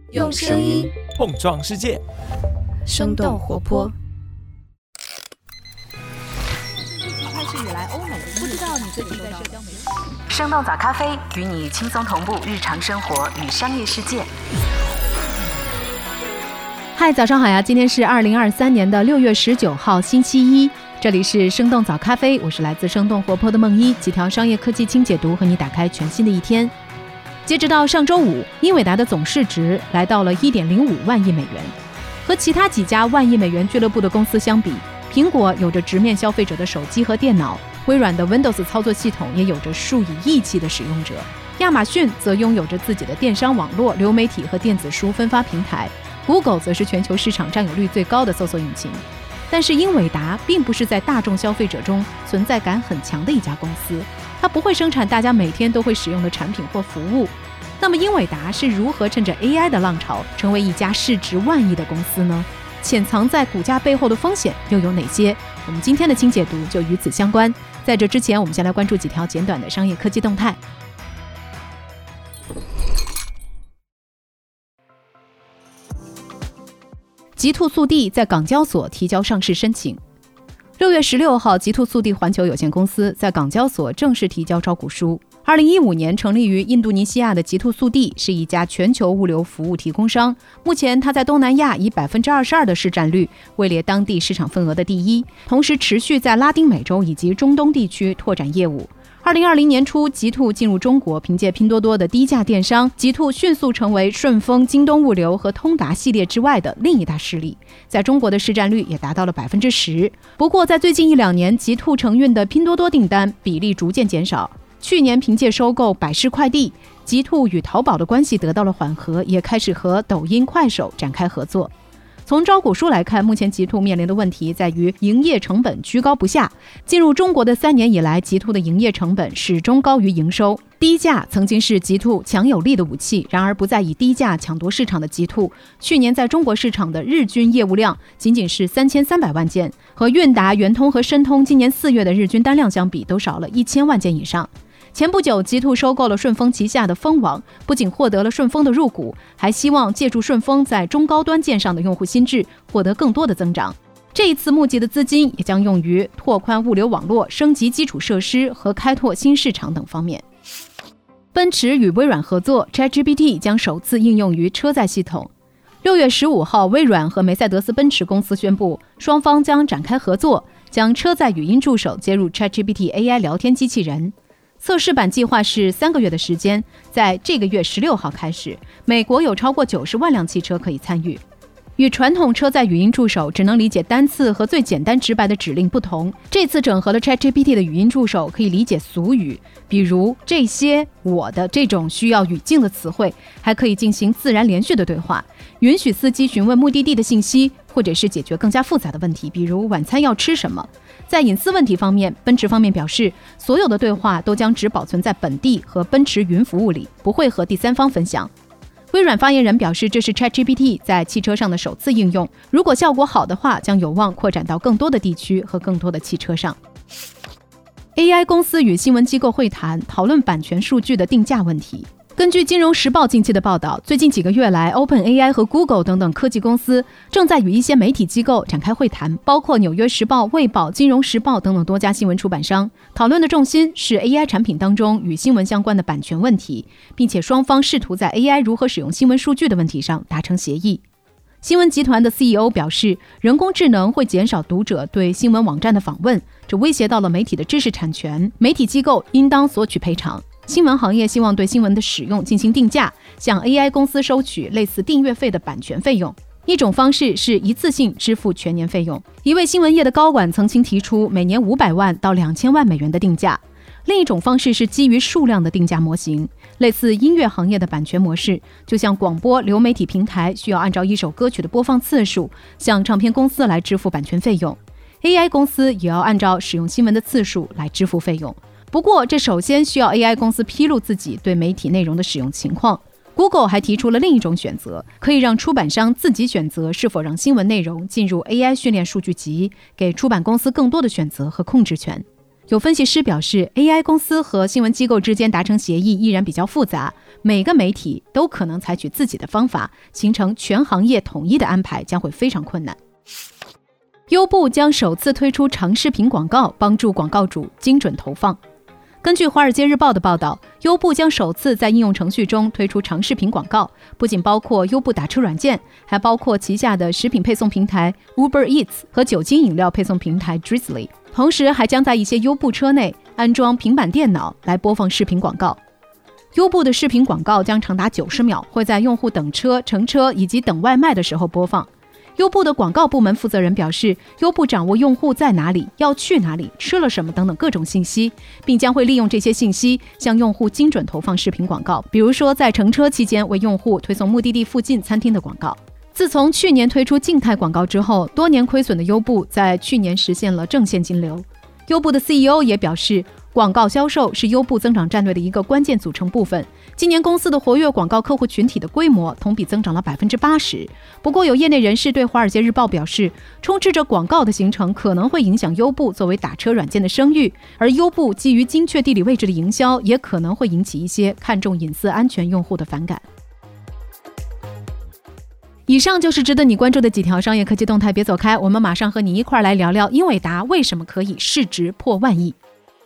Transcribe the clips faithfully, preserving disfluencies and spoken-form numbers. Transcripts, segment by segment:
用声音碰撞世界， 生动活泼。 开始以来，欧美不知道你最近在社交媒体。 生动早咖啡与你轻松同步日常生活与商业世界。 嗨，早上好呀！今天是二零二三年的六月十九号，星期一。这里是生动早咖啡，我是来自生动活泼的梦一，几条商业科技轻解读，和你打开全新的一天。截止到上周五，英伟达的总市值来到了 一点零五万亿美元。和其他几家万亿美元俱乐部的公司相比，苹果有着直面消费者的手机和电脑，微软的 Windows 操作系统也有着数以亿计的使用者，亚马逊则拥有着自己的电商网络、流媒体和电子书分发平台， Google 则是全球市场占有率最高的搜索引擎。但是英伟达并不是在大众消费者中存在感很强的一家公司，它不会生产大家每天都会使用的产品或服务。那么英伟达是如何趁着 A I 的浪潮成为一家市值万亿的公司呢？潜藏在股价背后的风险又有哪些？我们今天的轻解读就与此相关。在这之前，我们先来关注几条简短的商业科技动态。极兔速递在港交所提交上市申请。六月十六号，极兔速递环球有限公司在港交所正式提交招股书。二零一五年成立于印度尼西亚的极兔速递是一家全球物流服务提供商，目前它在东南亚以 百分之二十二 的市占率位列当地市场份额的第一，同时持续在拉丁美洲以及中东地区拓展业务。二零二零年初，极兔进入中国，凭借拼多多的低价电商，极兔迅速成为顺丰、京东物流和通达系列之外的另一大势力，在中国的市占率也达到了 百分之十。 不过在最近一两年，极兔承运的拼多多订单比例逐渐减少。去年凭借收购百世快递，极兔与淘宝的关系得到了缓和，也开始和抖音、快手展开合作。从招股书来看，目前极兔面临的问题在于营业成本居高不下。进入中国的三年以来，极兔的营业成本始终高于营收。低价曾经是极兔强有力的武器，然而不再以低价抢夺市场的极兔，去年在中国市场的日均业务量仅仅是三千三百万件，和韵达、圆通和申通今年四月的日均单量相比，都少了一千万件以上。前不久，极兔收购了顺丰旗下的蜂网，不仅获得了顺丰的入股，还希望借助顺丰在中高端件上的用户心智，获得更多的增长。这一次募集的资金也将用于拓宽物流网络、升级基础设施和开拓新市场等方面。奔驰与微软合作 ，ChatGPT 将首次应用于车载系统。六月十五号，微软和梅赛德斯奔驰公司宣布，双方将展开合作，将车载语音助手接入 ChatGPT A I 聊天机器人。测试版计划是三个月的时间，在这个月十六号开始，美国有超过九十万辆汽车可以参与。与传统车载语音助手只能理解单次和最简单直白的指令不同，这次整合了 ChatGPT 的语音助手，可以理解俗语，比如这些、我的这种需要语境的词汇，还可以进行自然连续的对话，允许司机询问目的地的信息，或者是解决更加复杂的问题，比如晚餐要吃什么。在隐私问题方面，奔驰方面表示，所有的对话都将只保存在本地和奔驰云服务里，不会和第三方分享。微软发言人表示，这是 ChatGPT 在汽车上的首次应用，如果效果好的话，将有望扩展到更多的地区和更多的汽车上。A I 公司与新闻机构会谈，讨论版权数据的定价问题。根据《金融时报》近期的报道，最近几个月来 OpenAI 和 Google 等等科技公司正在与一些媒体机构展开会谈，包括《纽约时报》、《卫报》、《金融时报》等等多家新闻出版商。讨论的重心是 A I 产品当中与新闻相关的版权问题，并且双方试图在 A I 如何使用新闻数据的问题上达成协议。新闻集团的 C E O 表示，人工智能会减少读者对新闻网站的访问，这威胁到了媒体的知识产权，媒体机构应当索取赔偿。新闻行业希望对新闻的使用进行定价，向 A I 公司收取类似订阅费的版权费用。一种方式是一次性支付全年费用。一位新闻业的高管曾经提出每年五百万到两千万美元的定价。另一种方式是基于数量的定价模型，类似音乐行业的版权模式，就像广播流媒体平台需要按照一首歌曲的播放次数向唱片公司来支付版权费用， A I 公司也要按照使用新闻的次数来支付费用。不过这首先需要 A I 公司披露自己对媒体内容的使用情况。 Google 还提出了另一种选择，可以让出版商自己选择是否让新闻内容进入 A I 训练数据集，给出版公司更多的选择和控制权。 有分析师表示 A I 公司和新闻机构之间达成协议依然比较复杂，每个媒体都可能采取自己的方法，形成全行业统一的安排将会非常困难。优步将首次推出长视频广告，帮助广告主精准投放。根据《华尔街日报》的报道，优步将首次在应用程序中推出长视频广告，不仅包括优步打车软件，还包括旗下的食品配送平台 Uber Eats 和酒精饮料配送平台 Drizzly， 同时还将在一些优步车内安装平板电脑来播放视频广告。优步的视频广告将长达九十秒，会在用户等车、乘车以及等外卖的时候播放。优步的广告部门负责人表示，优步掌握用户在哪里、要去哪里、吃了什么等等各种信息，并将会利用这些信息向用户精准投放视频广告，比如说在乘车期间为用户推送目的地附近餐厅的广告。自从去年推出静态广告之后，多年亏损的优步在去年实现了正现金流。优步的 C E O 也表示，广告销售是优步增长战略的一个关键组成部分。今年公司的活跃广告客户群体的规模同比增长了 百分之八十。 不过有业内人士对《华尔街日报》表示，充斥着广告的形成可能会影响优步作为打车软件的声誉，而优步基于精确地理位置的营销也可能会引起一些看重隐私安全用户的反感。以上就是值得你关注的几条商业科技动态，别走开，我们马上和你一块来聊聊英伟达为什么可以市值破万亿。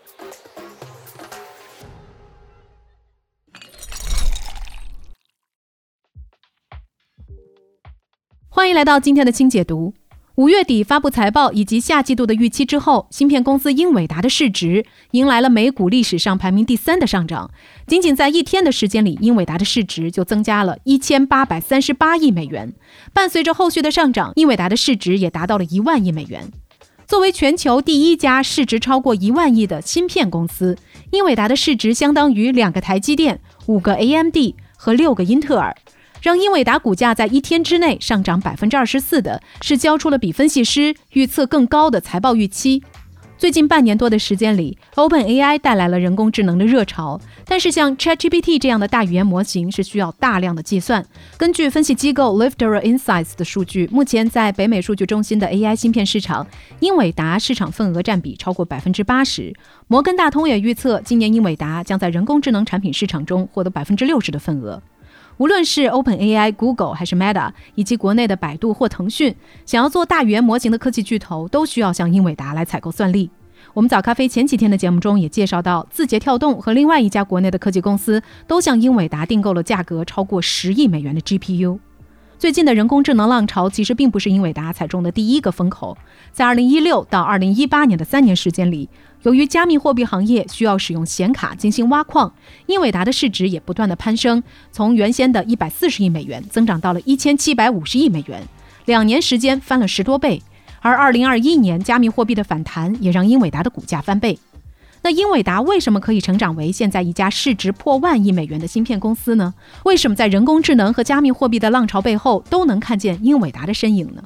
欢迎来到今天的轻解读。五月底发布财报以及下季度的预期之后，芯片公司英伟达的市值迎来了美股历史上排名第三的上涨。仅仅在一天的时间里，英伟达的市值就增加了一千八百三十八亿美元。伴随着后续的上涨，英伟达的市值也达到了一万亿美元。作为全球第一家市值超过一万亿的芯片公司，英伟达的市值相当于两个台积电、五个 A M D 和六个英特尔。让英伟达股价在一天之内上涨 百分之二十四 的是交出了比分析师预测更高的财报预期。最近半年多的时间里 OpenAI 带来了人工智能的热潮，但是像 ChatGPT 这样的大语言模型是需要大量的计算。根据分析机构 Lifter Insights 的数据，目前在北美数据中心的 A I 芯片市场，英伟达市场份额占比超过 百分之八十。 摩根大通也预测，今年英伟达将在人工智能产品市场中获得 百分之六十 的份额。无论是 OpenAI、Google 还是 Meta 以及国内的百度或腾讯，想要做大语言模型的科技巨头都需要向英伟达来采购算力。我们早咖啡前几天的节目中也介绍到，字节跳动和另外一家国内的科技公司都向英伟达订购了价格超过十亿美元的 G P U。最近的人工智能浪潮其实并不是英伟达踩中的第一个风口。在二零一六到二零一八年的三年时间里，由于加密货币行业需要使用显卡进行挖矿，英伟达的市值也不断的攀升，从原先的一百四十亿美元增长到了一千七百五十亿美元，两年时间翻了十多倍。而二零二一年加密货币的反弹也让英伟达的股价翻倍。那英伟达为什么可以成长为现在一家市值破万亿美元的芯片公司呢？为什么在人工智能和加密货币的浪潮背后都能看见英伟达的身影呢？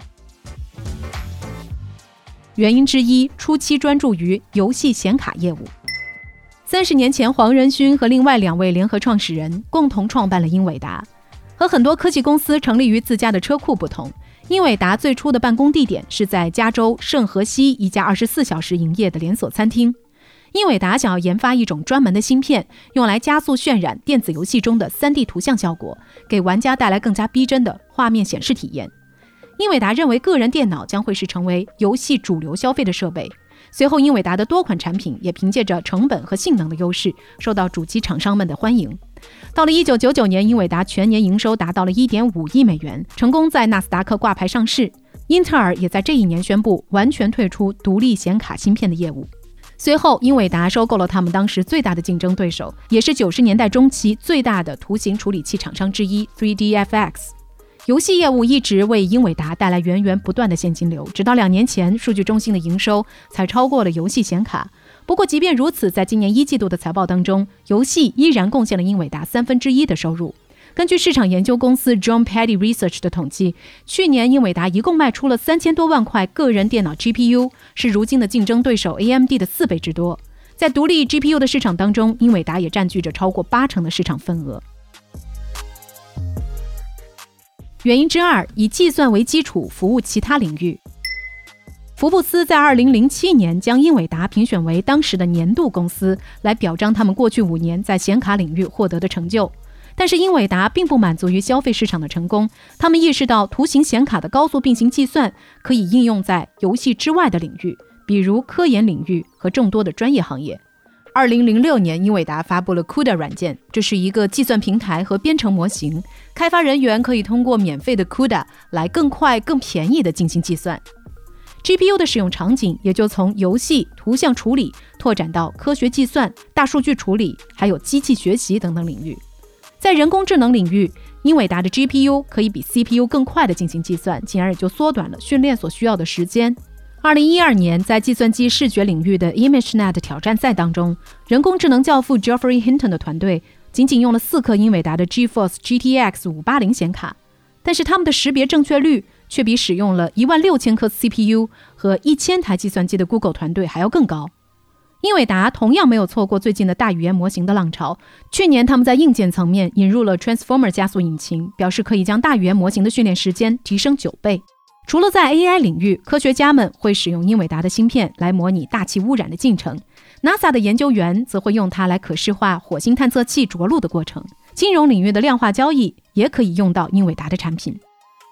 原因之一，初期专注于游戏显卡业务。三十年前，黄仁勋和另外两位联合创始人共同创办了英伟达。和很多科技公司成立于自家的车库不同，英伟达最初的办公地点是在加州圣荷西一家二十四小时营业的连锁餐厅。英伟达想要研发一种专门的芯片，用来加速渲染电子游戏中的 三 D 图像效果，给玩家带来更加逼真的画面显示体验。英伟达认为个人电脑将会是成为游戏主流消费的设备。随后，英伟达的多款产品也凭借着成本和性能的优势，受到主机厂商们的欢迎。到了一九九九年，英伟达全年营收达到了 一点五亿美元，成功在纳斯达克挂牌上市。英特尔也在这一年宣布完全退出独立显卡芯片的业务。随后，英伟达收购了他们当时最大的竞争对手，也是九十年代中期最大的图形处理器厂商之一 三 D F X。 游戏业务一直为英伟达带来源源不断的现金流，直到两年前，数据中心的营收才超过了游戏显卡。不过即便如此，在今年一季度的财报当中，游戏依然贡献了英伟达三分之一的收入。根据市场研究公司 John Paddy Research 的统计，去年英伟达一共卖出了三千多万块个人电脑 G P U， 是如今的竞争对手 A M D 的四倍之多。在独立 G P U 的市场当中，英伟达也占据着超过八成的市场份额。原因之二，以计算为基础服务其他领域。 福布斯在二零零七年将英伟达评选为当时的年度公司，来表彰他们过去五年在显卡领域获得的成就。但是英伟达并不满足于消费市场的成功，他们意识到图形显卡的高速并行计算可以应用在游戏之外的领域，比如科研领域和众多的专业行业。二零零六年，英伟达发布了 C U D A 软件，这是一个计算平台和编程模型，开发人员可以通过免费的 C U D A 来更快、更便宜地进行计算。G P U 的使用场景也就从游戏、图像处理拓展到科学计算、大数据处理，还有机器学习等等领域。在人工智能领域，英伟达的 G P U 可以比 C P U 更快地进行计算，进而也就缩短了训练所需要的时间。二零一二年，在计算机视觉领域的 ImageNet 挑战赛当中，人工智能教父 Geoffrey Hinton 的团队仅仅用了四颗英伟达的 GeForce G T X 五八零显卡，但是他们的识别正确率却比使用了一万六千颗 C P U 和一千台计算机的 Google 团队还要更高。英伟达同样没有错过最近的大语言模型的浪潮，去年他们在硬件层面引入了 Transformer 加速引擎，表示可以将大语言模型的训练时间提升九倍。除了在 A I 领域，科学家们会使用英伟达的芯片来模拟大气污染的进程， NASA 的研究员则会用它来可视化火星探测器着陆的过程。金融领域的量化交易也可以用到英伟达的产品。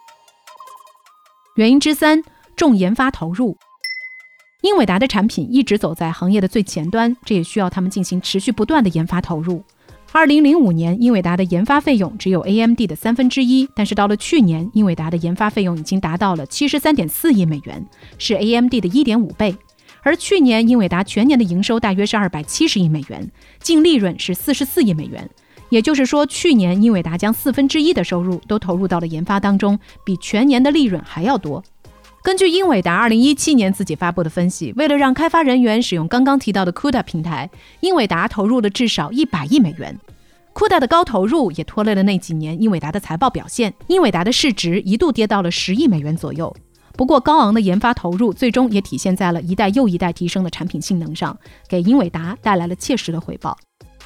原因之三，重研发投入。英伟达的产品一直走在行业的最前端，这也需要他们进行持续不断的研发投入。二零零五年，英伟达的研发费用只有 A M D 的三分之一，但是到了去年，英伟达的研发费用已经达到了 七十三点四亿美元，是 A M D 的 一点五倍。而去年英伟达全年的营收大约是二百七十亿美元，净利润是四十四亿美元。也就是说，去年英伟达将四分之一的收入都投入到了研发当中，比全年的利润还要多。根据英伟达二零一七年自己发布的分析，为了让开发人员使用刚刚提到的 C U D A 平台，英伟达投入了至少一百亿美元。C U D A 的高投入也拖累了那几年英伟达的财报表现，英伟达的市值一度跌到了十亿美元左右。不过高昂的研发投入最终也体现在了一代又一代提升的产品性能上，给英伟达带来了切实的回报。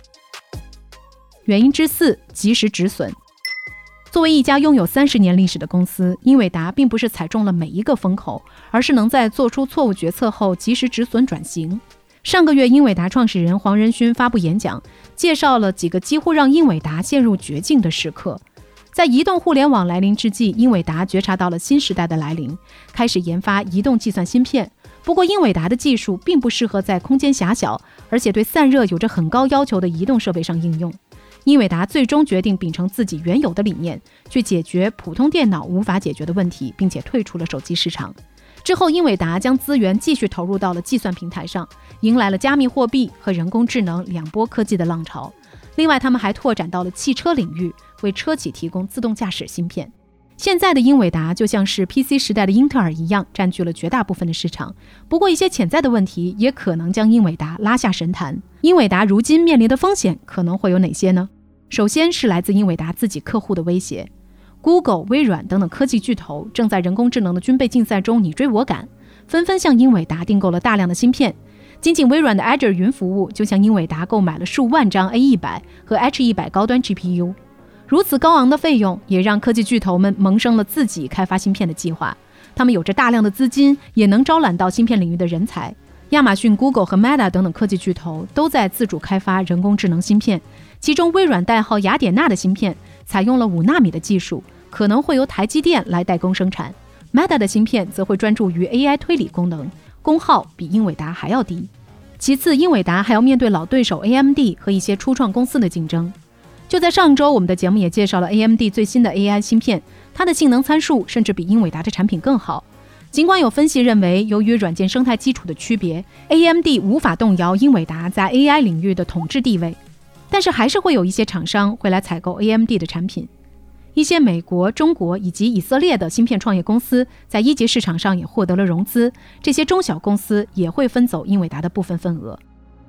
原因之四，及时止损。作为一家拥有三十年历史的公司，英伟达并不是踩中了每一个风口，而是能在做出错误决策后及时止损转型。上个月，英伟达创始人黄仁勋发布演讲，介绍了几个几乎让英伟达陷入绝境的时刻。在移动互联网来临之际，英伟达觉察到了新时代的来临，开始研发移动计算芯片。不过，英伟达的技术并不适合在空间狭小，而且对散热有着很高要求的移动设备上应用。英伟达最终决定秉承自己原有的理念，去解决普通电脑无法解决的问题，并且退出了手机市场。之后，英伟达将资源继续投入到了计算平台上，迎来了加密货币和人工智能两波科技的浪潮。另外，他们还拓展到了汽车领域，为车企提供自动驾驶芯片。现在的英伟达就像是 P C 时代的英特尔一样，占据了绝大部分的市场。不过，一些潜在的问题也可能将英伟达拉下神坛。英伟达如今面临的风险可能会有哪些呢？首先是来自英伟达自己客户的威胁。Google、微软等等科技巨头正在人工智能的军备竞赛中你追我赶，纷纷向英伟达订购了大量的芯片。仅仅微软的 Azure 云服务就向英伟达购买了数万张 A 一百 和 H 一百高端 G P U。如此高昂的费用也让科技巨头们萌生了自己开发芯片的计划。他们有着大量的资金，也能招揽到芯片领域的人才。亚马逊、Google 和 Meta 等等科技巨头都在自主开发人工智能芯片，其中微软代号雅典娜的芯片采用了五纳米的技术，可能会由台积电来代工生产。Meta 的芯片则会专注于 A I 推理功能，功耗比英伟达还要低。其次，英伟达还要面对老对手 A M D 和一些初创公司的竞争。就在上周，我们的节目也介绍了 A M D 最新的 A I 芯片，它的性能参数甚至比英伟达的产品更好。尽管有分析认为，由于软件生态基础的区别 ，A M D 无法动摇英伟达在 A I 领域的统治地位，但是还是会有一些厂商会来采购 A M D 的产品。一些美国、中国以及以色列的芯片创业公司在一级市场上也获得了融资，这些中小公司也会分走英伟达的部分份额。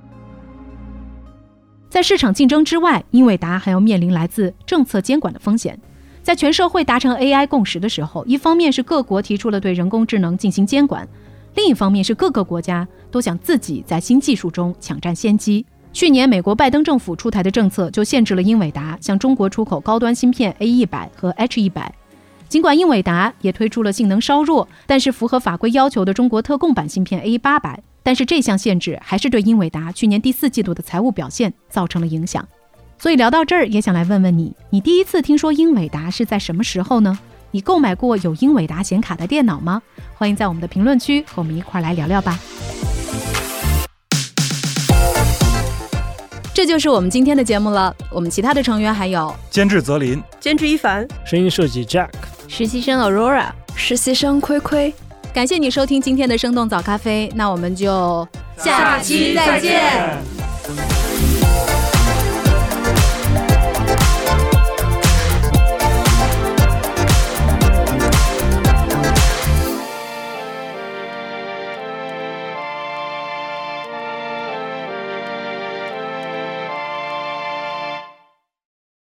在市场竞争之外，英伟达还要面临来自政策监管的风险。在全社会达成 A I 共识的时候，一方面是各国提出了对人工智能进行监管，另一方面是各个国家都想自己在新技术中抢占先机。去年美国拜登政府出台的政策就限制了英伟达向中国出口高端芯片 A 一百 和 H 一百。 尽管英伟达也推出了性能稍弱，但是符合法规要求的中国特供版芯片 A 八百，但是这项限制还是对英伟达去年第四季度的财务表现造成了影响。所以聊到这儿，也想来问问你，你第一次听说英伟达是在什么时候呢？你购买过有英伟达显卡的电脑吗？欢迎在我们的评论区和我们一块来聊聊吧。这就是我们今天的节目了。我们其他的成员还有监制泽林， 监制一凡， 声音设计 Jack， 实习生 Aurora， 实习生亏亏。 感谢你收听今天的生动早咖啡，那我们就下期再见。